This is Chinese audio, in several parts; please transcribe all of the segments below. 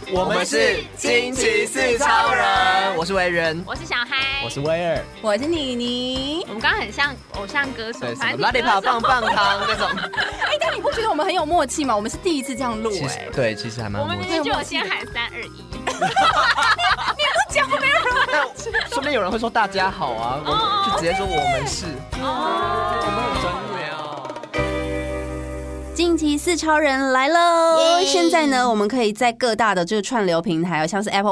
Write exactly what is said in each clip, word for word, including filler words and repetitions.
我们是惊奇四超人，我是维人， 我是小嗨， 我是威尔， 我是妮妮。 我们刚刚很像偶像歌手， 对，什么拉力跑棒棒糖那种。 哎、欸，但你不觉得我们很有默契吗？我们是第一次这样录，哎， 对，其实还蛮默契。 我们明明就有先喊三二一。 你不讲，没有人。 那说不定有人会说大家好啊，我就直接说我们是。哦，我们很专业哦。 惊奇四超人来喽！现在呢，我们可以在各大的这个串流平台，像是 Apple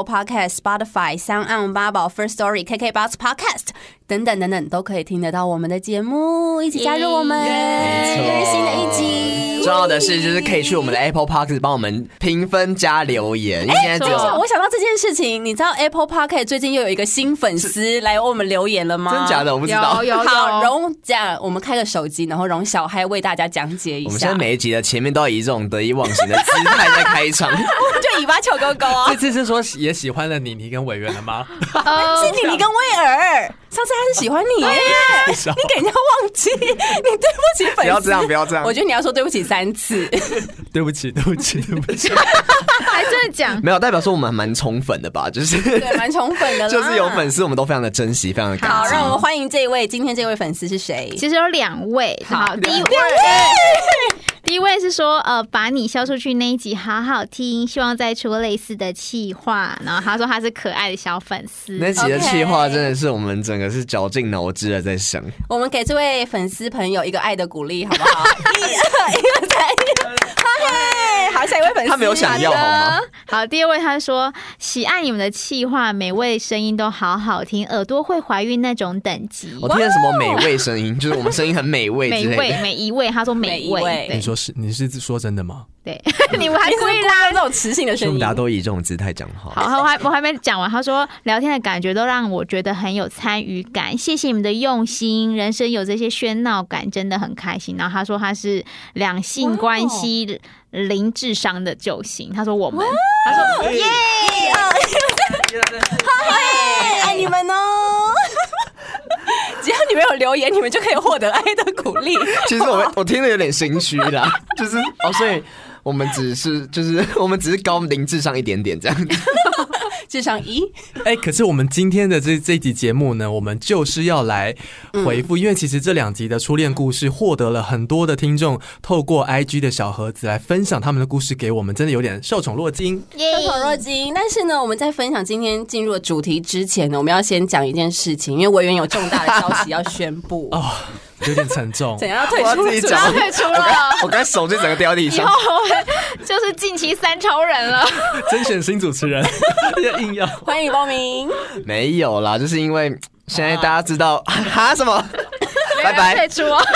Podcast、Spotify、SoundOn、八宝、First Story、K K B O X Podcast 等等等等，都可以听得到我们的节目，一起加入我们，又是新的一集。 重要的是，就是可以去我们的 Apple Podcast 帮我们评分加留言。 哎，等一下，我想到这件事情，你知道 Apple Podcast 最近又有一个新粉丝来为我们留言了吗？ 真假的？我不知道。 有有有。 好，容讲，我们开个手机，然后容小嗨为大家讲解一下。 我们现在每一集的前面都要以这种得意忘形的姿态在开场， 就尾巴翘高高啊。 这次是说也喜欢了妮妮跟委员了吗？ 是妮妮跟威尔。上次他是喜欢你耶，你给人家忘记，你对不起粉丝。 不要这样，不要这样。 我觉得你要说对不起三次。 对不起，对不起，对不起。 还真的讲， 没有代表说我们蛮宠粉的吧？就是对，蛮宠粉的啦。 就是有粉丝，我们都非常的珍惜，非常的感激。 好，让我们欢迎这一位，今天这位粉丝是谁？ 其实有两位。 好， 第一位。第一位是说，呃，把你消出去那一集好好听，希望再出类似的企划。然后他说他是可爱的小粉丝， 那集的企划真的是我们整个是绞尽脑汁的在想。 我们给这位粉丝朋友一个爱的鼓励，好不好？一、二、一、二、三，好，下一位粉丝， 他没有想要好吗？ 好，第二位他说喜爱你们的企划，每位声音都好好听，耳朵会怀孕那种等级。 我听了什么美味声音，就是我们声音很美味之类的， 美味每一位，他说美味。 你说是你是说真的吗？ 对，你们还故意拉这种磁性的声音， 我们大家都以这种姿态讲话。 好，我还我还没讲完。他说聊天的感觉都让我觉得很有参与感，谢谢你们的用心。人生有这些喧闹感，真的很开心。然后他说他是两性关系零智商的救星。他说我们，他说耶， 爱你们哦。只要你们有留言，你们就可以获得爱的鼓励。 其实我我听得有点心虚啦，就是哦，所以我们只是就是我们只是高零智商一点点这样子。 智商一， 哎、欸，可是我们今天的这这一集节目呢，我们就是要来回复、嗯，因为其实这两集的初恋故事获得了很多的听众透过 I G 的小盒子来分享他们的故事给我们，真的有点受宠若惊， 受宠若惊。但是呢，我们在分享今天进入的主题之前呢，我们要先讲一件事情，因为委员有重大的消息要宣布哦。有点沉重， 怎样要退出？ 我自己讲， 要退出了。 我刚才手就整个掉地上。 以后就是近期三超人了。 甄选新主持人，硬要欢迎报名。 没有啦，就是因为现在大家知道哈什么，拜拜退出哦。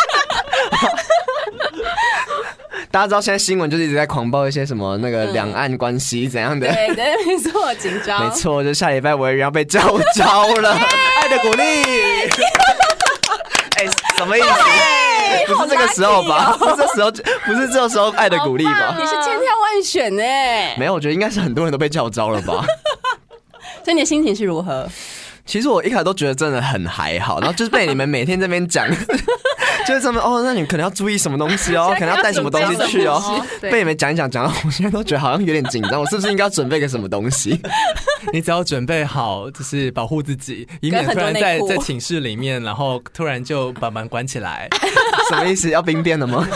大家知道现在新闻就是一直在狂爆一些什么那个两岸关系怎样的， 嗯、对对，没错，紧张， 没错，就下礼拜委员要被召招了，爱的鼓励。哎、欸，什么意思？不是这个时候吧？不是这时候，不是这个时候爱的鼓励吧？ 你是千挑万选哎、欸！ 没有，我觉得应该是很多人都被叫招了吧？ 所以你的心情是如何？ 其实我一开始都觉得真的很还好，然后就是被你们每天这边讲，就是他们哦，那你可能要注意什么东西哦，可能要带什么东西去哦。被你们讲一讲讲到，我现在都觉得好像有点紧张，我是不是应该要准备个什么东西？ 你只要准备好，就是保护自己，以免突然在在寝室里面，然后突然就把门关起来。 什么意思？要兵变了吗？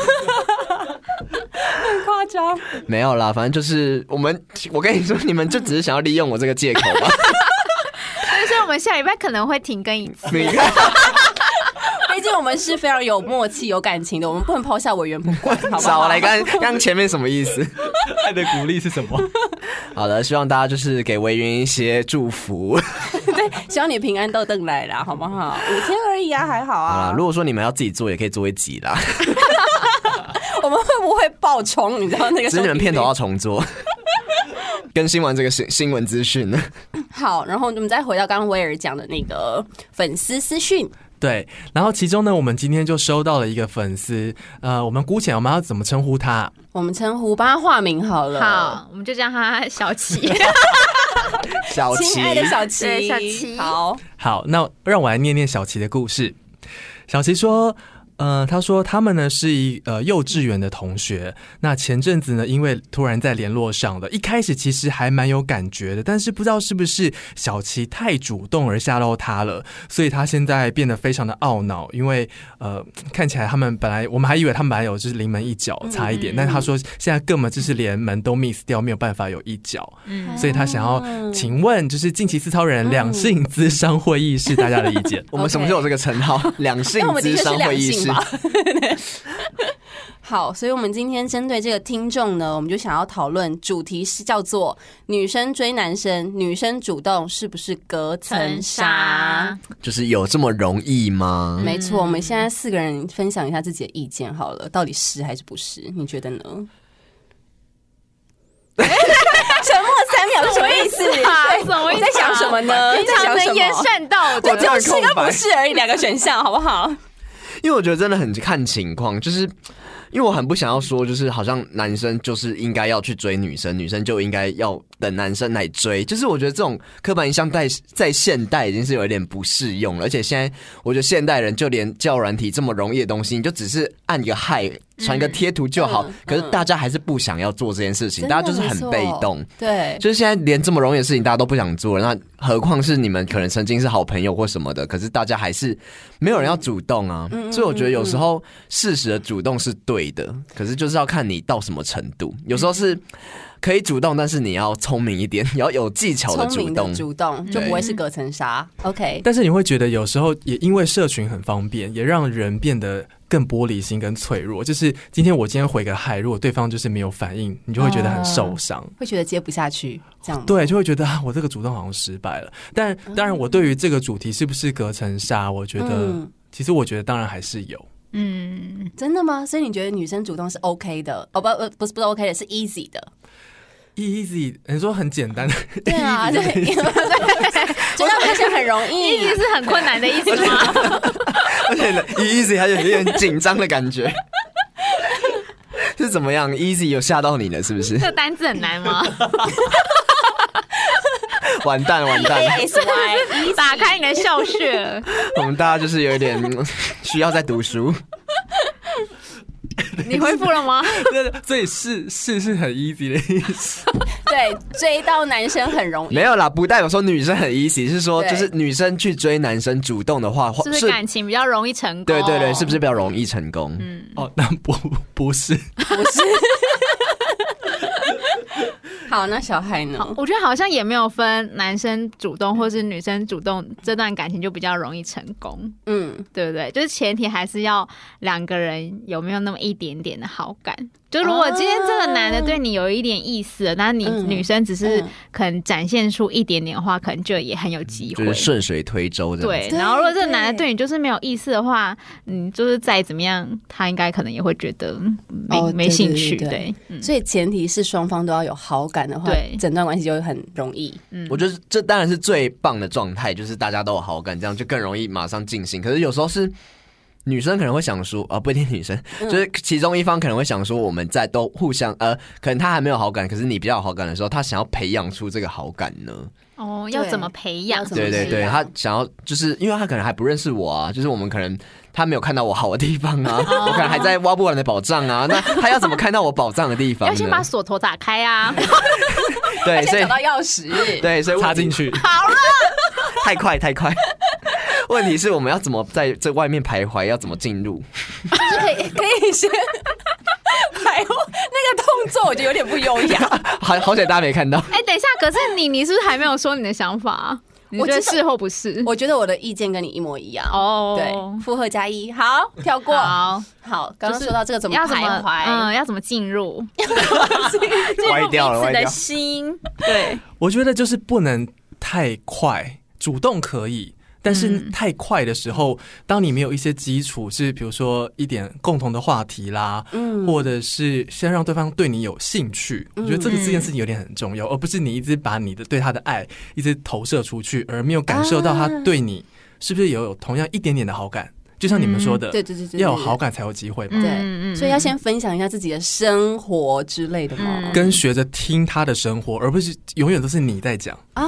很夸张。 没有啦，反正就是我们，我跟你说，你们就只是想要利用我这个借口吧。 所以我们下礼拜可能会停更一次。 毕竟我们是非常有默契、有感情的，我们不能抛下委员不管，好不好？ 少来，刚刚前面什么意思？ 爱的鼓励是什么？ 好的，希望大家就是给委员一些祝福。 对，希望你平安豆豆来啦，好不好？五天而已啊，还好啊。 好啦，如果说你们要自己做，也可以做一集啦。 我们会不会爆冲？你知道那个？ 只是你们片头要重做。更新完这个新新闻资讯呢。 好，然后我们再回到刚刚威尔讲的那个粉丝私讯。 对，然后其中呢，我们今天就收到了一个粉丝，呃，我们姑且我们要怎么称呼他？ 我们称呼帮他化名好了。 好，我们就叫他小琪。 小琪， 亲爱的小琪， 小琪， 好， 好，那让我来念念小琪的故事。小琪说。 呃，他说他们呢是一呃幼稚园的同学，那前阵子呢因为突然在联络上了，一开始其实还蛮有感觉的，但是不知道是不是小琪太主动而吓到他了，所以他现在变得非常的懊恼，因为呃看起来他们本来我们还以为他们本来有就是临门一脚差一点，嗯嗯嗯，但他说现在根本就是连门都 miss 掉，没有办法有一脚，嗯，所以他想要请问就是近期四超人两性咨商会议室大家的意见。 我们什么时候有这个称号？两性咨商会议室。 好，所以我们今天针对这个听众呢，我们就想要讨论主题是叫做女生追男生，女生主动是不是隔层纱？ 就是有这么容易吗？ 没错，我们现在四个人分享一下自己的意见好了，到底是还是不是？你觉得呢？沉默三秒是什么意思？ 什么意思？ 我在想什么呢？ 平常能言善道， 我就是跟不是而已，两个选项好不好？ 因为我觉得真的很看情况，就是因为我很不想要说，就是好像男生就是应该要去追女生，女生就应该要等男生来追，就是我觉得这种刻板印象在在现代已经是有一点不适用了，而且现在我觉得现代人就连交友软体这么容易的东西，你就只是按一个嗨传个贴图就好、嗯嗯，可是大家还是不想要做这件事情，大家就是很被动。 对， 就是现在连这么容易的事情大家都不想做了，那何况是你们可能曾经是好朋友或什么的，可是大家还是没有人要主动啊。嗯、所以我觉得有时候适时的主动是对的，可是就是要看你到什么程度。有时候是可以主动，但是你要聪明一点，你要有技巧的主动， 主动就不会是隔层纱。OK， 但是你会觉得有时候也因为社群很方便，也让人变得更玻璃心跟脆弱。就是今天我今天回个嗨，如果对方就是没有反应，你就会觉得很受伤、啊， 会觉得接不下去，这样对，就会觉得、啊、我这个主动好像失败了。但当然，我对于这个主题是不是隔层纱，我觉得、嗯、其实我觉得当然还是有。 嗯，真的吗？所以你觉得女生主动是 OK 的？哦，不，不是不是 OK 的，是 easy 的。 easy， 你说很简单的， 对啊，对，对，觉得男生很容易 ，easy 是很困难的意思吗？ 而且 easy 还有一点紧张的感觉，是怎么样 ？easy 有吓到你了，是不是？ 这个单字很难吗？ 完蛋完蛋！ 打开你的笑穴。 我们大家就是有一点需要再读书。 你恢复了吗？ 所以是是是很 easy 的意思。 对，追到男生很容易。 没有啦，不代表说女生很 easy， 是说就是女生去追男生主动的话， 是不是感情比较容易成功？ 对对对，是不是比较容易成功？ 嗯，哦，那不不是， 不是。好，那小海呢？ 我觉得好像也没有分男生主动或是女生主动，这段感情就比较容易成功。嗯，对不对？就是前提还是要两个人有没有那么一点点的好感。就如果今天这个男的对你有一点意思了，那你女生只是可能展现出一点点的话，可能就也很有机会， 就是顺水推舟的。 对，然后如果这个男的对你就是没有意思的话，嗯，就是再怎么样，他应该可能也会觉得没、哦、没兴趣。对, 对, 对, 对、嗯， 所以前提是双方都要有好感的话，对，整段关系就会很容易。 嗯，我觉得这当然是最棒的状态，就是大家都有好感，这样就更容易马上进行。可是有时候是。女生可能会想说，啊，不一定女生，就是其中一方可能会想说，我们在都互相，呃，可能他还没有好感，可是你比较有好感的时候，他想要培养出这个好感呢？ 哦，要怎么培养？ 对对对，他想要，就是因为他可能还不认识我啊，就是我们可能他没有看到我好的地方啊，我可能还在挖不完的宝藏啊，那他要怎么看到我宝藏的地方呢？ 要先把锁头打开啊。 对，所以找到钥匙， 对，所以插进去。 好了， 太快太快。问题是我们要怎么在这外面徘徊，要怎么进入？ 就是可以可以先徘徊，那个动作我觉得有点不优雅。 好好险大家没看到。 哎、欸，等一下，可是你你是不是还没有说你的想法？你觉得是或不是？ 我觉得我的意见跟你一模一样。 哦， 对，附和加一，好，跳过。 好， 好，刚刚说到这个怎么徘徊， 嗯，要怎么进入？ 歪掉了， 彼此的心。对， 我觉得就是不能太快，主动可以。但是太快的时候、嗯、当你没有一些基础，是比如说一点共同的话题啦、嗯、或者是先让对方对你有兴趣、嗯、我觉得这个这件事情有点很重要、嗯、而不是你一直把你的对他的爱一直投射出去，而没有感受到他对你是不是有同样一点点的好感。就像你们说的、嗯、 对对对对， 要有好感才有机会嘛。 对、嗯，所以要先分享一下自己的生活之类的嘛、嗯， 跟学着听他的生活，而不是永远都是你在讲啊。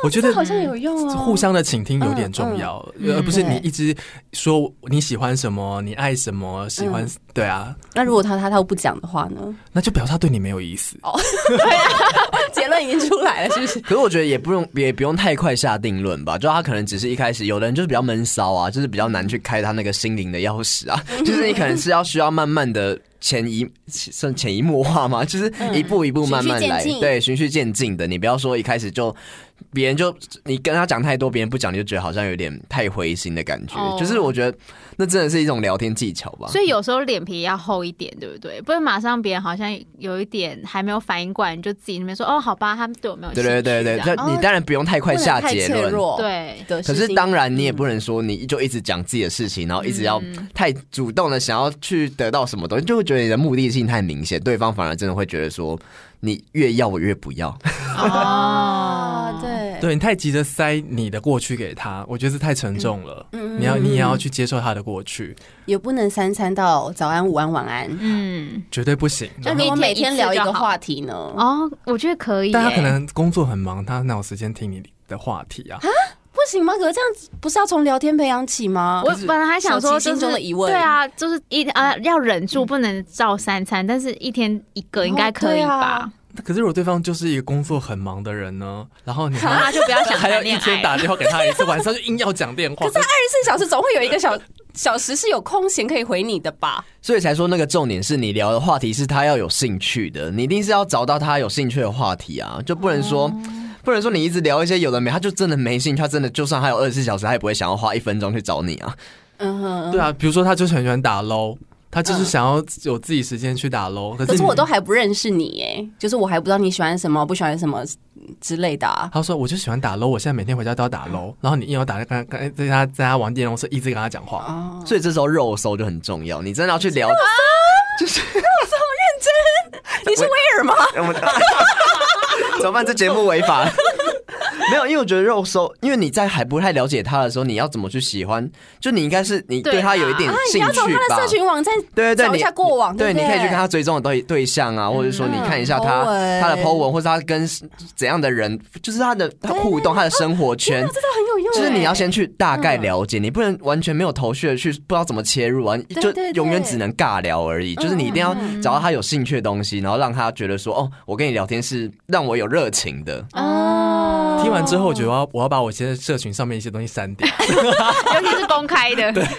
我觉得好像有用哦， 互相的倾听有点重要， 嗯嗯、 而不是你一直说你喜欢什么，你爱什么，喜欢、嗯、对啊。 那如果他他他不讲的话呢？ 那就表示他对你没有意思。 哦，对啊，结论已经出来了，是不是？ 可是我觉得也不用也不用太快下定论吧，就他可能只是一开始，有的人就是比较闷骚啊，就是比较难去开他那个心灵的钥匙啊，就是你可能是要需要慢慢的。潜移算潜移默化嘛，就是一步一步慢慢来，嗯、对，循序渐进的。你不要说一开始就别人就你跟他讲太多，别人不讲，你就觉得好像有点太灰心的感觉。哦、就是我觉得那真的是一种聊天技巧吧。 所以有时候脸皮要厚一点，对不对？不然马上别人好像有一点还没有反应过来，你就自己那边说哦，好吧，他们对我没有兴趣。 对对对对，你当然不用太快下结论， 对。 可是当然你也不能说你就一直讲自己的事情，然后一直要太主动的想要去得到什么东西，就会觉得你的目的性太明显，对方反而真的会觉得说你越要我越不要。 哦，对， 对你太急着塞你的过去给他，我觉得是太沉重了。嗯、你要你也要去接受他的过去， 也不能三餐到早安、午安、晚安， 嗯， 绝对不行。 那如果每天聊一个话题呢？ 哦，我觉得可以。 但他可能工作很忙，他哪有时间听你的话题啊？ 不行吗？可是这样不是要从聊天培养起吗？ 我本来还想说， 心中的疑问， 对啊，就是一啊要忍住，不能照三餐，但是一天一个应该可以吧？ 可是如果对方就是一个工作很忙的人呢，然后你那就不要想还要一天打电话给他一次，晚上就硬要讲电话。 可是二十四小时总会有一个小小时是有空闲可以回你的吧？ 所以才说那个重点是你聊的话题是他要有兴趣的，你一定是要找到他有兴趣的话题啊，就不能说。哦不能说你一直聊一些有的没，他就真的没兴趣，他真的就算还有二十四小时，他也不会想要花一分钟去找你啊。 嗯哼， 对啊，比如说他就是很喜欢打 L O， 他就是想要有自己时间去打 L O， 可是可是我都还不认识你耶，就是我还不知道你喜欢什么，不喜欢什么之类的啊。 他说我就喜欢打 L O， 我现在每天回家都要打 L O， 然后你硬要打在他在他在他玩电动室一直跟他讲话、 哦，所以这时候肉搜就很重要，你真的要去聊， 就是肉搜认真，你是威尔吗？ 怎么办？这节目违法。没有，因为我觉得肉搜，因为你在还不太了解他的时候，你要怎么去喜欢？就你应该是你对他有一点兴趣吧？啊、你要从他的社群网站对对对， 找一下过往， 对， 对， 你可以去看他追踪的对对象啊，或者说你看一下他、嗯、他的 po 文，或者他跟怎样的人，就是他的他互动，他的生活圈， 这都很有用。 就是你要先去大概了解，嗯、你不能完全没有头绪的去不知道怎么切入啊，就永远只能尬聊而已。就是你一定要找到他有兴趣的东西，然后让他觉得说，哦，我跟你聊天是让我有热情的。 哦， 听完之后，我觉得我要我要把我现在社群上面一些东西删掉， 尤其是公开的。 对，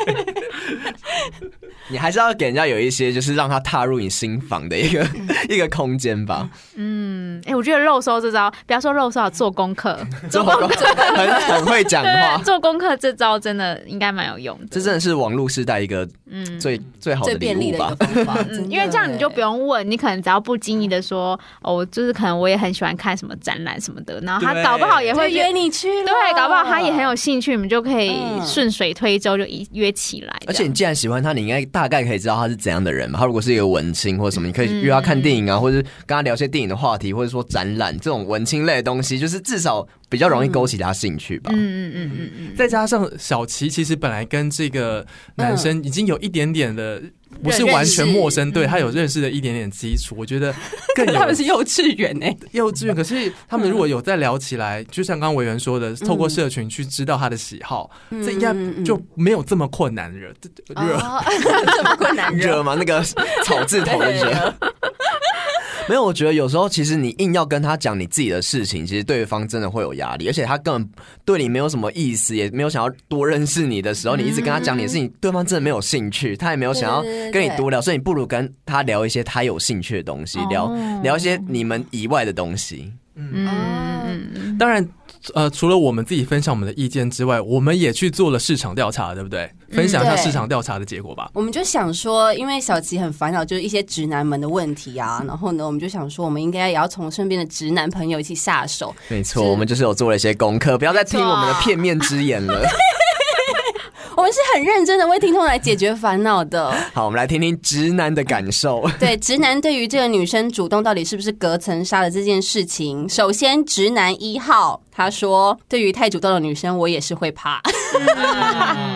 你还是要给人家有一些，就是让他踏入你心房的一个一个空间吧。 嗯，哎、欸，我觉得肉搜这招，不要说肉搜，做功课， 做功课很很会讲话。 做功课这招真的应该蛮有用的。 这真的是网络时代一个嗯最最好的礼物吧。 嗯，因为这样你就不用问，你可能只要不经意的说，哦，就是可能我也很喜欢看什么展览什么的，然后他搞不好也会约你去了， 对，搞不好他也很有兴趣，你们就可以顺水推舟就约起来。 而且你既然喜欢他，你应该大概可以知道他是怎样的人嘛。他如果是一个文青或者什么，你可以约他看电影啊，嗯、或者跟他聊些电影的话题，或者说展览这种文青类的东西，就是至少比较容易勾起他兴趣吧。 嗯嗯嗯嗯嗯。 再加上小琪其实本来跟这个男生已经有一点点的。不是完全陌生，对他有认识的一点点基础，我觉得更有。 他们是幼稚园哎， 幼稚园。可是他们如果有再聊起来，就像刚刚委员说的，透过社群去知道他的喜好，这应该就没有这么困难惹热，这么困难惹吗？那个草字头的惹。没有，我觉得有时候其实你硬要跟他讲你自己的事情，其实对方真的会有压力，而且他根本对你没有什么意思，也没有想要多认识你的时候，你一直跟他讲你的事情，对方真的没有兴趣，他也没有想要跟你多聊，所以你不如跟他聊一些他有兴趣的东西，聊聊一些你们以外的东西。 嗯，当然，呃，除了我们自己分享我们的意见之外，我们也去做了市场调查，对不对？分享一下市场调查的结果吧。 我们就想说，因为小琪很烦恼，就是一些直男们的问题啊，然后呢，我们就想说，我们应该也要从身边的直男朋友一起下手。 没错，我们就是有做了一些功课，不要再听我们的片面之言了。 我们是很认真的为听众来解决烦恼的。 好，我们来听听直男的感受。 对，直男对于这个女生主动到底是不是隔层纱的这件事情，首先直男一号他说，对于太主动的女生我也是会怕。嗯、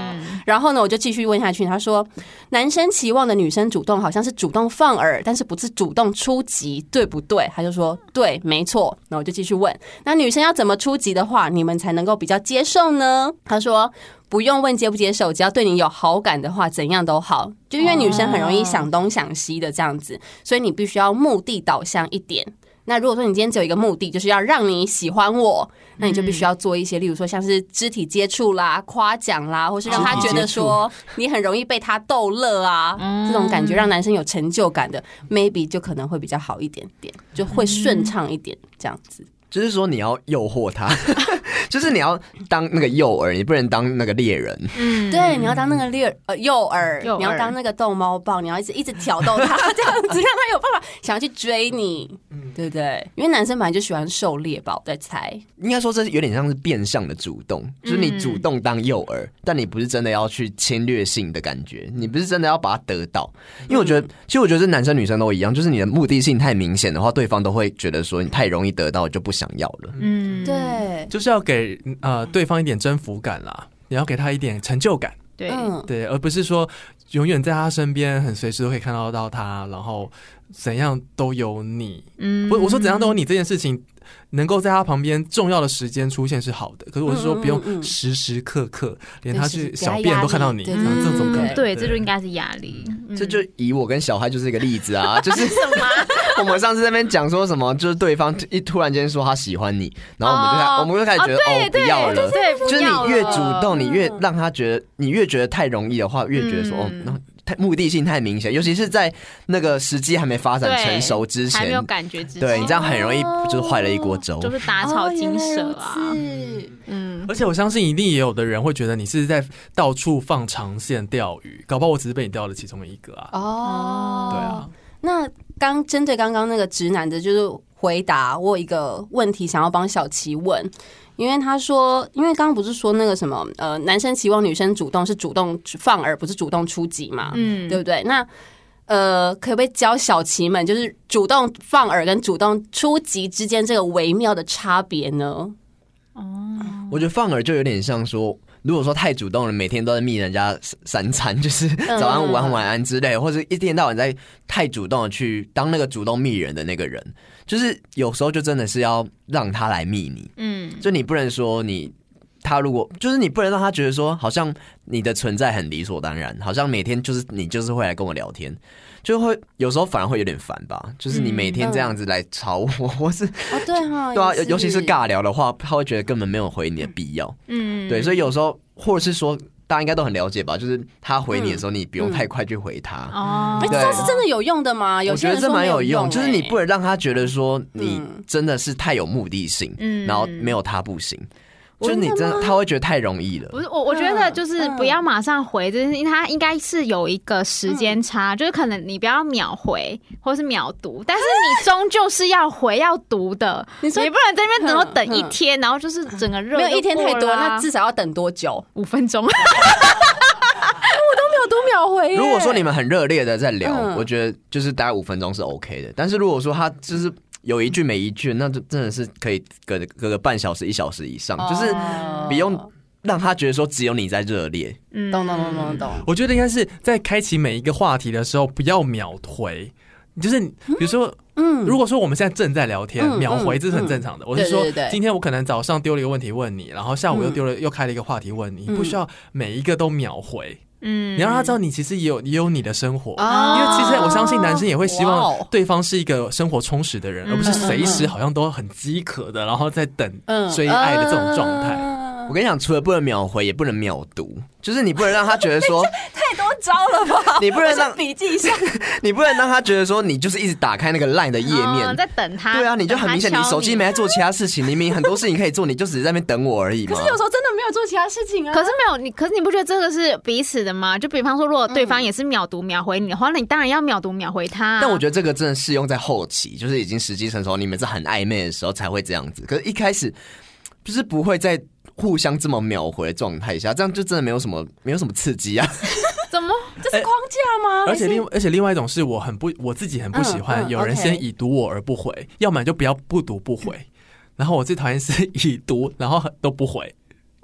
然后呢，我就继续问下去，他说男生期望的女生主动好像是主动放饵，但是不是主动出击，对不对？他就说对，没错。那我就继续问，那女生要怎么出击的话，你们才能够比较接受呢？他说不用问接不接受，只要对你有好感的话，怎样都好。就因为女生很容易想东想西的这样子，所以你必须要目的导向一点。那如果说你今天只有一个目的，就是要让你喜欢我，那你就必须要做一些，例如说像是肢体接触啦、夸奖啦，或是让他觉得说你很容易被他逗乐啊，这种感觉让男生有成就感的 ，maybe 就可能会比较好一点点，就会顺畅一点这样子。 就是说你要诱惑他，就是你要当那个诱饵，你不能当那个猎人。 嗯，对，你要当那个猎呃诱饵，你要当那个逗猫棒，你要一直一直挑逗他，这样子让他有办法想要去追你，对不对？因为男生本来就喜欢狩猎吧，我在猜。 应该说这有点像是变相的主动，就是你主动当诱饵，嗯、但你不是真的要去侵略性的感觉，你不是真的要把它得到。因为我觉得，其实我觉得这男生女生都一样，就是你的目的性太明显的话，对方都会觉得说你太容易得到，就不想要了。 嗯，对， 就是要给呃对方一点征服感啦，你要给他一点成就感。 对、 嗯、 对，而不是说永远在他身边，很随时都可以看到到他，然后怎样都有你。嗯，不，我说怎样都有你这件事情，能够在他旁边重要的时间出现是好的，可是我是说不用时时刻刻、嗯嗯嗯、连他去小便都看到你，这种可能。 对，这就应该是压力。 嗯、这就以我跟小孩就是一个例子啊，就是什么？我们上次在那边讲说什么，就是对方一突然间说他喜欢你，然后我们就开、哦、我们就开始觉得 哦, 哦不要了， 对， 就是你越主动，你越让他觉得，你越觉得太容易的话，越觉得说、嗯、哦，太目的性太明显，尤其是在那个时机还没发展成熟之前， 还没有感觉之前， 对你这样很容易就是坏了一锅粥， 就是打草惊蛇啊。 哦、 嗯，而且我相信一定也有的人会觉得你是在到处放长线钓鱼，搞不好我只是被你钓了其中的一个啊。 哦， 对啊。 那刚针对刚刚那个直男的，就是回答我有一个问题，想要帮小琪问。因为他说，因为刚刚不是说那个什么，呃，男生期望女生主动是主动放饵，不是主动出击嘛，嗯，对不对？那呃，可不可以教小琪们，就是主动放饵跟主动出击之间这个微妙的差别呢？ 哦， 我觉得放饵就有点像说，如果说太主动了，每天都在密人家三餐，就是早安、午安、晚安之类的，或者一天到晚在太主动的去当那个主动密人的那个人，就是有时候就真的是要让他来密你，嗯，就你不能说你他如果就是你不能让他觉得说好像你的存在很理所当然，好像每天就是你就是会来跟我聊天。就会有时候反而会有点烦吧，就是你每天这样子来吵我，嗯、或是哦对哈， 对啊，尤其是尬聊的话，他会觉得根本没有回你的必要，嗯，对，所以有时候或者是说，大家应该都很了解吧，就是他回你的时候，嗯、你不用太快去回他。 哦、嗯，这是真的有用的吗？有些人说没有用， 我觉得这蛮有用，就是你不能让他觉得说你真的是太有目的性，嗯、然后没有他不行。就是你真的，他会觉得太容易了。 不是我，我觉得就是不要马上回，这件事情它应该是有一个时间差，嗯、就是可能你不要秒回或是秒读，但是你终究是要回要读的。你说你不能在那边等等一天，然后就是整个热没有一天太多，那至少要等多久？ 五分钟。 我都秒读秒回。 如果说你们很热烈的在聊，嗯、我觉得就是大概五分钟是 OK 的。但是如果说他就是有一句没一句，那就真的是可以隔隔个半小时一小时以上，哦、就是不用让他觉得说只有你在热烈。 嗯，懂懂懂懂懂。 我觉得应该是在开启每一个话题的时候，不要秒回。就是比如说，嗯，如果说我们现在正在聊天，嗯、秒回这是很正常的。嗯、我是说，对对对，今天我可能早上丢了一个问题问你，然后下午又丢了、嗯、又开了一个话题问你，你不需要每一个都秒回。嗯，你要让他知道你其实也有也有你的生活，哦、因为其实我相信男生也会希望对方是一个生活充实的人，而不是随时好像都很饥渴的，然后在等追爱的这种状态。嗯我跟你讲，除了不能秒回，也不能秒读，就是你不能让他觉得说太多招了吧？ 你不能让笔记上， 你不能让他觉得说你就是一直打开那个 LINE 的页面， 哦、在等他。 对啊，你就很明显，你手机没在做其他事情，你明明很多事情可以做，你就只是在那边等我而已嘛。 可是有时候真的没有做其他事情啊。 可是没有你，可是你不觉得这个是彼此的吗？就比方说，如果对方也是秒读秒回你的话，那你当然要秒读秒回他。 但我觉得这个真的适用在后期，就是已经时机成熟，你们是很暧昧的时候才会这样子。可是一开始就是不会在互相这么秒回的状态下，这样就真的没有什么没有什么刺激啊。 怎么？ 这是框架吗？ 而且另而且另外一种是我很不我自己很不喜欢、嗯嗯、有人先已读我而不回， okay. 要么就不要不读不回。然后我最讨厌是已读然后都不回。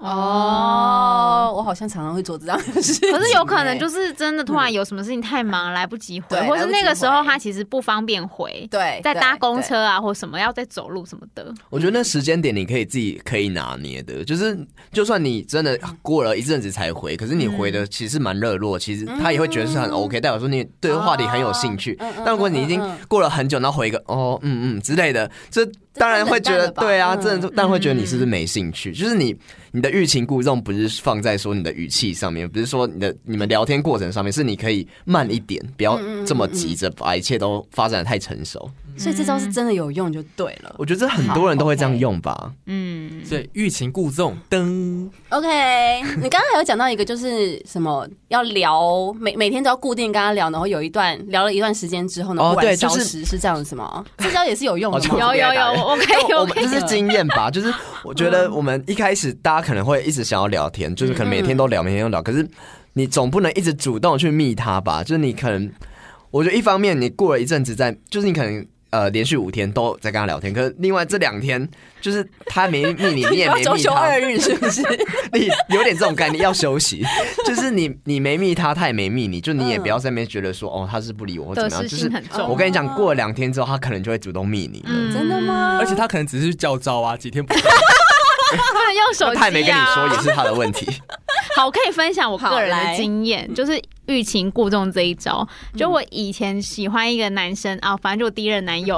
哦，我好像常常会做这样的事情， 可是有可能就是真的突然有什么事情太忙来不及回，或是那个时候他其实不方便回， 对， 在搭公车啊或什么要在走路什么的。 我觉得那时间点你可以自己可以拿捏的，就是就算你真的过了一阵子才回，可是你回的其实蛮热络，其实他也会觉得是很 OK， 代表说你对话题很有兴趣。但如果你已经过了很久，然后回一个哦嗯嗯之类的，这当然会觉得对啊，真的当然会觉得你是不是没兴趣？就是你你的欲擒故纵不是放在说你的语气上面，不是说你的你们聊天过程上面，是你可以慢一点，不要这么急着把一切都发展得太成熟。 所以这招是真的有用就对了。 我觉得这很多人都会这样用吧。 嗯， 所以欲擒故纵，噔。 OK， 你刚刚还有讲到一个，就是什么要聊每每天都要固定跟他聊，然后有一段聊了一段时间之后呢，忽然消失，是这样子吗？这招也是有用的吗？ 有有有，我可以，我可以。 这是经验吧，就是我觉得我们一开始大家可能会一直想要聊天，就是可能每天都聊，每天都聊，可是你总不能一直主动去密他吧？就是你可能，我觉得一方面你过了一阵子在，就是你可能。呃，连续五天都在跟他聊天，可是另外这两天就是他没密你，你也没密他， 周休二日是不是？ 你有点这种概念，要休息，就是你你没密他，他也没密你，就你也不要在那边觉得说哦他是不理我或怎么样，就是我跟你讲，过了两天之后，他可能就会主动密你、 嗯，真的吗？ 而且他可能只是叫招啊，几天不。 不能用手机、啊， 他也没跟你说，也是他的问题。 好，我可以分享我个人的经验，就是欲擒故纵这一招。就我以前喜欢一个男生啊、哦，反正就我第一任男友。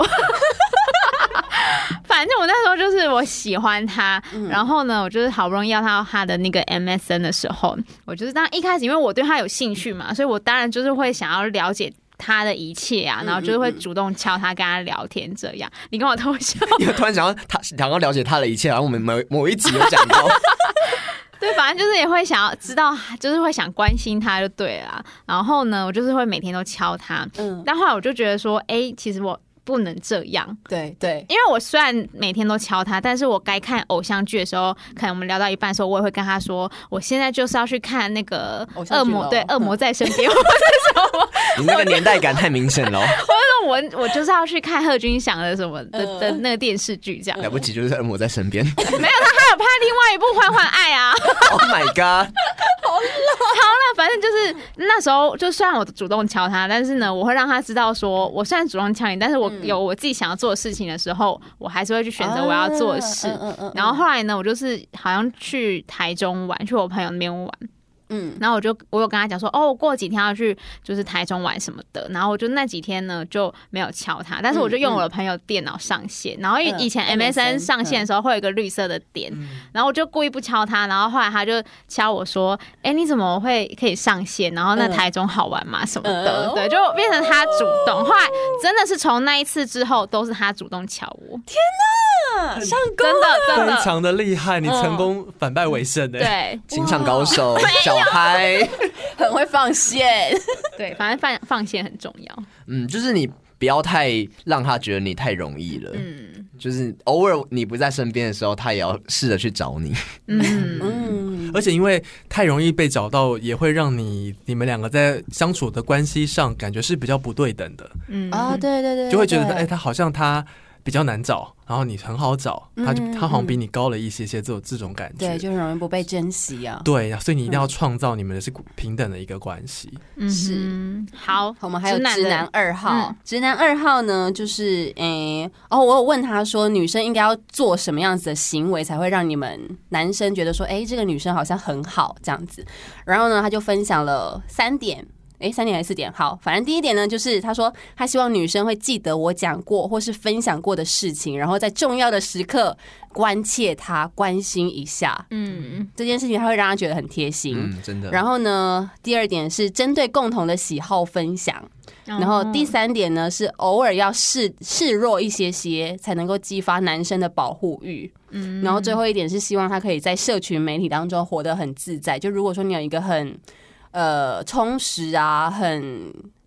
反正我那时候就是我喜欢他，嗯、然后呢，我就是好不容易要他他的那个 M S N 的时候，我就是当一开始因为我对他有兴趣嘛，所以我当然就是会想要了解他的一切啊，然后就是会主动敲他跟他聊天这样。你跟我偷笑， 你突然想要他想要了解他的一切，然后我们某某一集有讲到。 对，反正就是也会想要知道，就是会想关心他就对了。然后呢，我就是会每天都敲他。嗯，但后来我就觉得说，哎、欸，其实我不能这样。 对对， 因为我虽然每天都敲他，但是我该看偶像剧的时候，可能我们聊到一半的时候，我也会跟他说，我现在就是要去看那个恶魔，对，恶魔在身边，或者什么。 你那个年代感太明显了。 我我就是要去看贺军翔的什么的的那个电视剧，这样了不起就是恶魔在身边。 没有，他还有拍另外一部《换换爱》啊。 Oh my god！ 好了，反正就是那时候，就虽然我主动敲他，但是呢，我会让他知道说，我虽然主动敲你，但是我有我自己想要做的事情的时候，我还是会去选择我要做的事。然后后来呢，我就是好像去台中玩，去我朋友那边玩。嗯，然后我就我有跟他讲说，哦，我过几天要去就是台中玩什么的，然后我就那几天呢就没有敲他，但是我就用我的朋友电脑上线，嗯、然后以前 M S N 上线的时候会有一个绿色的点，嗯、然后我就故意不敲他，然后后来他就敲我说，哎、欸，你怎么会可以上线？然后那台中好玩吗？什么的，嗯、对，就变成他主动。后来真的是从那一次之后，都是他主动敲我。 天哪，上钩了，真的非常的厉害，你成功反败为胜哎、 欸， 对，情场高手。小嗨， 很会放线， 对，反正放放线很重要。 嗯，就是你不要太让他觉得你太容易了。嗯，就是偶尔你不在身边的时候，他也要试着去找你。 嗯嗯，而且因为太容易被找到，也会让你你们两个在相处的关系上感觉是比较不对等的。 嗯啊，对对 对, 對， 就会觉得哎、欸，他好像他。比较难找，然后你很好找，他就他好像比你高了一些些，这种这种感觉， 对，就很容易不被珍惜啊。 对，所以你一定要创造你们的是平等的一个关系。 嗯，是好。 我们还有直男二号，嗯、直男二号呢，就是诶、欸，哦，我有问他说，女生应该要做什么样子的行为才会让你们男生觉得说，哎、欸，这个女生好像很好这样子。然后呢，他就分享了三点。哎，三点还是四点？好，反正第一点呢，就是他说他希望女生会记得我讲过或是分享过的事情，然后在重要的时刻关切他、关心一下。嗯，这件事情他会让他觉得很贴心。 嗯，真的。 然后呢，第二点是针对共同的喜好分享。然后第三点呢，是偶尔要示示弱一些些，才能够激发男生的保护欲。嗯，然后最后一点是希望他可以在社群媒体当中活得很自在。就如果说你有一个很呃，充实啊，很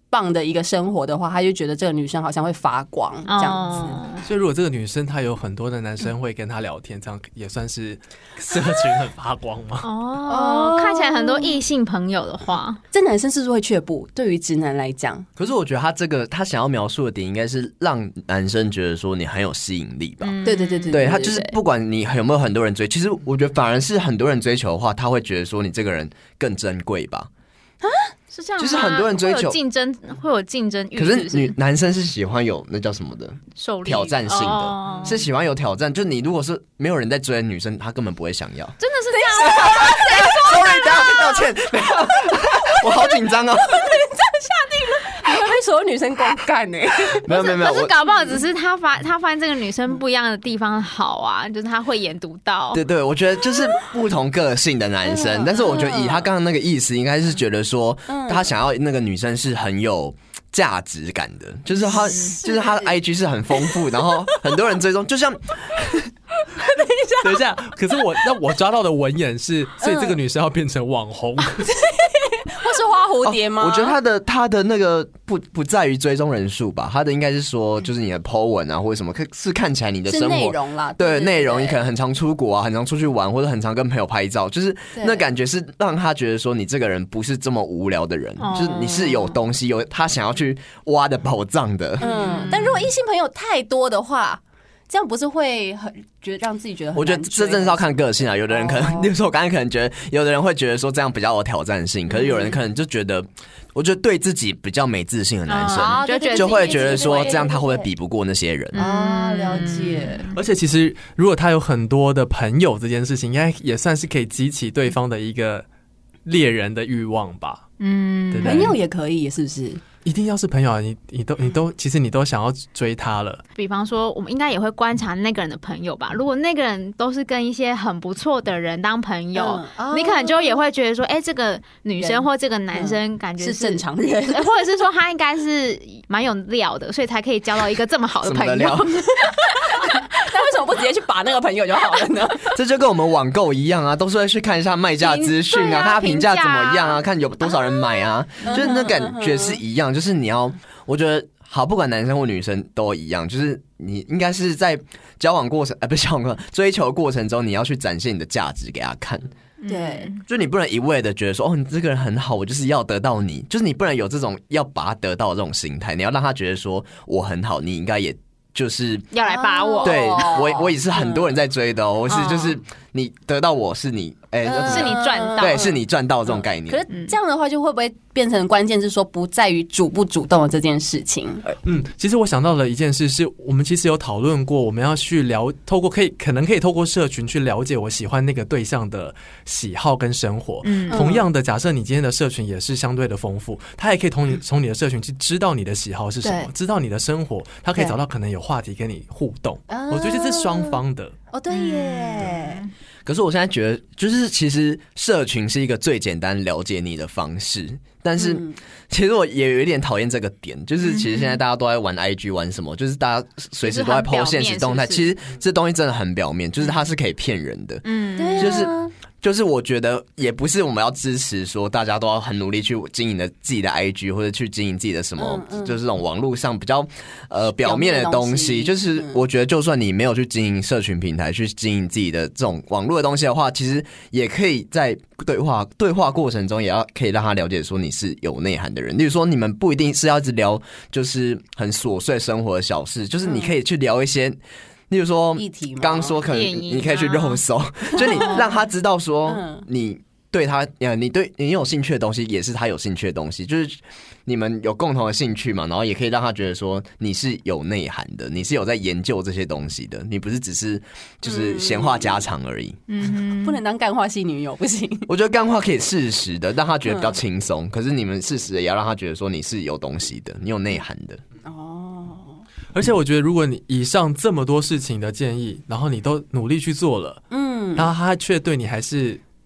棒的一个生活的话，他就觉得这个女生好像会发光这样子。 哦所以如果这个女生她有很多的男生会跟她聊天，这样也算是社群很发光吗？ 哦，看起来很多异性朋友的话， 这男生是不是会却步？对于直男来讲， 可是我觉得他这个他想要描述的点，应该是让男生觉得说你很有吸引力吧。 嗯对对对对对，他就是不管你有没有很多人追，其实我觉得反而是很多人追求的话，他会觉得说你这个人更珍贵吧。 是这样吗？ 就是很多人追求会有竞争，会有竞争欲。 可是是女男生是喜欢有那叫什么的受力挑战性的， 哦是喜欢有挑战。就你如果是没有人在追的女生，她根本不会想要。 真的是这样吗？ Sorry， 大家先道歉，没有，我好紧张哦。 你会被所有女生公干呢？ 没有没有没有，我可是搞不好只是他发他发现这个女生不一样的地方好啊，就是他会研读到。 对对，我觉得就是不同个性的男生，但是我觉得以他刚刚那个意思，应该是觉得说他想要那个女生是很有价值感的，就是他就是他的 I G 是很丰富，然后很多人追踪，就像。 等一下，可是我那我抓到的文言是，所以这个女生要变成网红， 或是花蝴蝶吗？ 哦我觉得他的他的那个不不在于追踪人数吧，他的应该是说就是你的 po 文啊或者什么，是看起来你的生活是内容啦， 对内容，你可能很常出国啊，很常出去玩，或者很常跟朋友拍照，就是那感觉是让他觉得说你这个人不是这么无聊的人， 哦就是你是有东西，有他想要去挖的宝藏的。 嗯，但如果异性朋友太多的话，这样不是会很觉得让自己觉得很我觉得这真的是要看个性啊。有的人可能， 哦例如说我刚才可能觉得，有的人会觉得说这样比较有挑战性，可是有人可能就觉得，我觉得对自己比较没自信的男生， 哦就觉得就会觉得说这样他会不会对比不过那些人？ 啊，了解。 而且其实如果他有很多的朋友，这件事情应该也算是可以激起对方的一个猎人的欲望吧。 嗯， 对不对朋友也可以，是不是？ 一定要是朋友啊！你你都你都，其实你都想要追他了。 比方说，我们应该也会观察那个人的朋友吧。如果那个人都是跟一些很不错的人当朋友， 嗯哦你可能就也会觉得说，哎、欸，这个女生人或这个男生感觉是正常人， 欸或者是说他应该是蛮有料的，所以才可以交到一个这么好的朋友。 什么的料那为什么不直接去把那个朋友就好了呢？ 这就跟我们网购一样啊，都是会去看一下卖价资讯啊， 对啊看他评价怎么样评价啊，看有多少人买啊，就是那感觉是一样，就是你要，我觉得好，不管男生或女生都一样，就是你应该是在交往过程，呃，不是交往过程，追求过程中，你要去展现你的价值给他看。 对， 就你不能一味的觉得说，哦，你这个人很好，我就是要得到你，就是你不能有这种要把他得到的这种心态，你要让他觉得说我很好，你应该也就是要来把我， 对我我也是很多人在追的哦，我是就是你得到我是你，哎， 是你赚到， 对，是你赚到这种概念。 可是这样的话，就会不会变成关键是说不在于主不主动的这件事情？ 嗯，其实我想到了一件事，是我们其实有讨论过，我们要去聊，透过可以可能可以透过社群去了解我喜欢那个对象的喜好跟生活。 嗯， 同样的，假设你今天的社群也是相对的丰富，他也可以从你从你的社群去知道你的喜好是什么，知道你的生活，他可以找到可能有话题跟你互动。我觉得这是双方的。 哦，对耶。 可是我现在觉得，就是其实社群是一个最简单了解你的方式，但是其实我也有一点讨厌这个点，就是其实现在大家都在玩 I G 玩什么，就是大家随时都在 po 现实动态，其实这东西真的很表面，就是它是可以骗人的， 嗯， 就是就是我觉得也不是我们要支持说大家都要很努力去经营的自己的 I G 或者去经营自己的什么，嗯嗯、就是这种网络上比较呃表面的东西。就是我觉得就算你没有去经营社群平台，去经营自己的这种网络的东西的话，其实也可以在对话对话过程中也要可以让他了解说你是有内涵的人。例如说你们不一定是要一直聊就是很琐碎生活的小事，就是你可以去聊一些。例如说，刚刚说可能你可以去肉搜，就你让他知道说你对他，你对你有兴趣的东西也是他有兴趣的东西，就是你们有共同的兴趣嘛，然后也可以让他觉得说你是有内涵的，你是有在研究这些东西的，你不是只是就是闲话家常而已。 嗯，不能当干话系女友不行。 我觉得干话可以适时的让他觉得比较轻松，嗯、可是你们适时的也要让他觉得说你是有东西的，你有内涵的。 哦。 而且我觉得，如果你以上这么多事情的建议，然后你都努力去做了，嗯，然后他却对你还是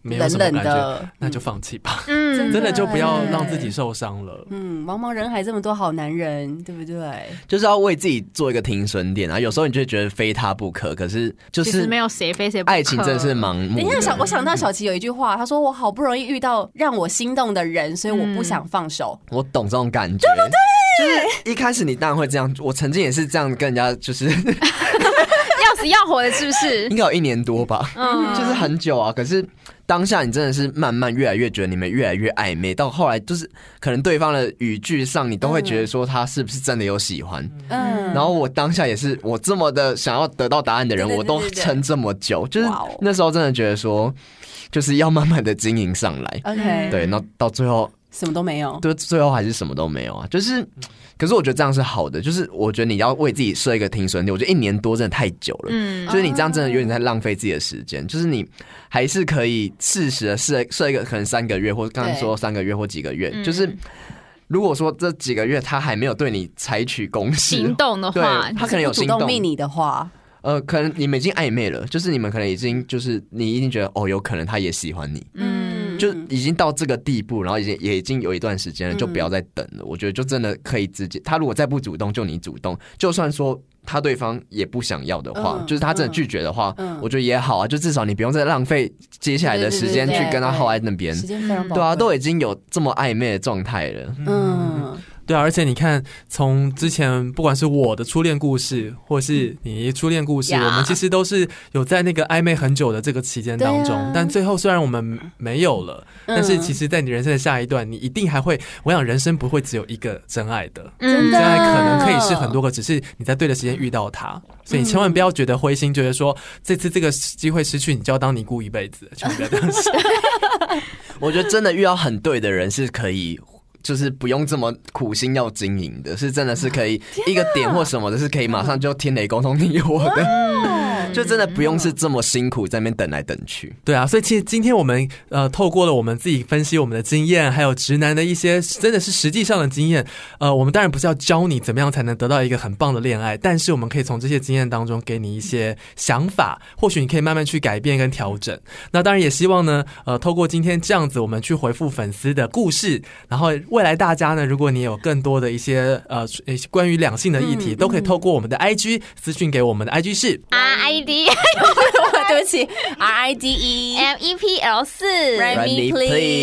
没有什么感觉， 冷冷的那就放弃吧。 嗯， 真的就不要让自己受伤了。 嗯，茫茫人海这么多好男人，对不对？ 就是要为自己做一个停损点啊。有时候你就会觉得非他不可，可是就是没有谁非谁不可。 爱情真的是盲目的。 等一下，小我想到小琪有一句话，他说：“我好不容易遇到让我心动的人，所以我不想放手。 嗯”我懂这种感觉，对不对？就是一开始你当然会这样，我曾经也是这样跟人家，就是要死要活的，是不是？ 应该有一年多吧，嗯，就是很久啊。可是当下你真的是慢慢越来越觉得你们越来越暧昧，到后来就是可能对方的语句上，你都会觉得说他是不是真的有喜欢。嗯，然后我当下也是，我这么的想要得到答案的人，我都撑这么久，就是那时候真的觉得说，就是要慢慢的经营上来。 OK， 对，那到最后。 什么都没有， 对，最后还是什么都没有啊。就是，可是我觉得这样是好的。就是我觉得你要为自己设一个停损点。我觉得一年多真的太久了，嗯，就是你这样真的有点在浪费自己的时间。就是你还是可以适时的设设一个可能三个月，或刚刚说三个月或几个月，就是如果说这几个月他还没有对你采取攻势行动的话， 他可能有行动主动密你的话。 呃，可能你们已经暧昧了，就是你们可能已经就是你一定觉得哦，有可能他也喜欢你，嗯，就已经到这个地步，然后已经也已经有一段时间了，就不要再等了。嗯、我觉得就真的可以直接，他如果再不主动，就你主动，就算说他对方也不想要的话，嗯、就是他真的拒绝的话，嗯、我觉得也好啊，就至少你不用再浪费接下来的时间去跟他耗在那边，时间非常宝贵，对啊，都已经有这么暧昧的状态了，嗯。 对啊，而且你看，从之前不管是我的初恋故事，或是你的初恋故事， yeah. 我们其实都是有在那个暧昧很久的这个期间当中，啊、但最后虽然我们没有了，嗯、但是其实在你人生的下一段，你一定还会，我想人生不会只有一个真爱的，嗯、真爱可能可以是很多个，只是你在对的时间遇到他，所以你千万不要觉得灰心，觉得说这次这个机会失去，你就要当尼姑一辈子，千万不要这样想。 我觉得真的遇到很对的人是可以。就是不用这么苦心要经营的，是真的是可以一个点或什么的，是可以马上就天雷沟通你我的，就真的不用是这么辛苦在那边等来等去。 对啊，所以其实今天我们呃透过了我们自己分析我们的经验，还有直男的一些真的是实际上的经验，呃，我们当然不是要教你怎么样才能得到一个很棒的恋爱，但是我们可以从这些经验当中给你一些想法，或许你可以慢慢去改变跟调整。那当然也希望呢，呃，透过今天这样子，我们去回复粉丝的故事，然后。未来大家呢，如果你有更多的一些呃关于两性的议题，嗯、都可以透过我们的 I G 私讯给我们的 I G 是 R I D， 对不起 ，R I D E M E P L 四 ，Write me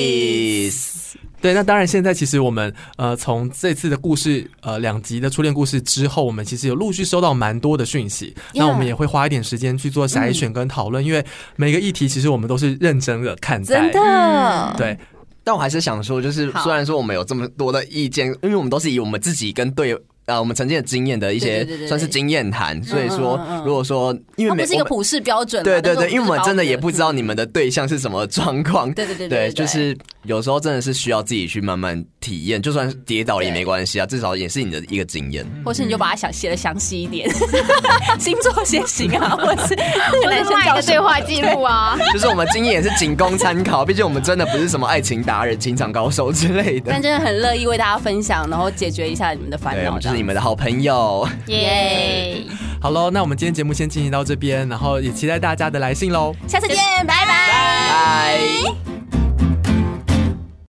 please。 对，那当然，现在其实我们呃从这次的故事呃两集的初恋故事之后，我们其实有陆续收到蛮多的讯息， yeah. 那我们也会花一点时间去做筛选跟讨论，嗯、因为每个议题其实我们都是认真的看待， 真的， 对。 但我还是想说，就是虽然说我们有这么多的意见，因为我们都是以我们自己跟对啊我们曾经的经验的一些算是经验谈，所以说如果说因为它不是一个普世标准， 对对对，因为我们真的也不知道你们的对象是什么状况， 对对对对，就是有时候真的是需要自己去慢慢体验，就算跌倒也没关系啊，至少也是你的一个经验， 或是你就把它想写的详细一点，星座血型啊，或是或是画一个对话记录啊， 就是我们经验也是仅供参考，毕竟我们真的不是什么爱情达人、情场高手之类的， 但真的很乐意为大家分享，然后解决一下你们的烦恼， 就是你们的好朋友， 耶！ 好咯，那我们今天节目先进行到这边，然后也期待大家的来信咯， 下次见，拜拜， 拜。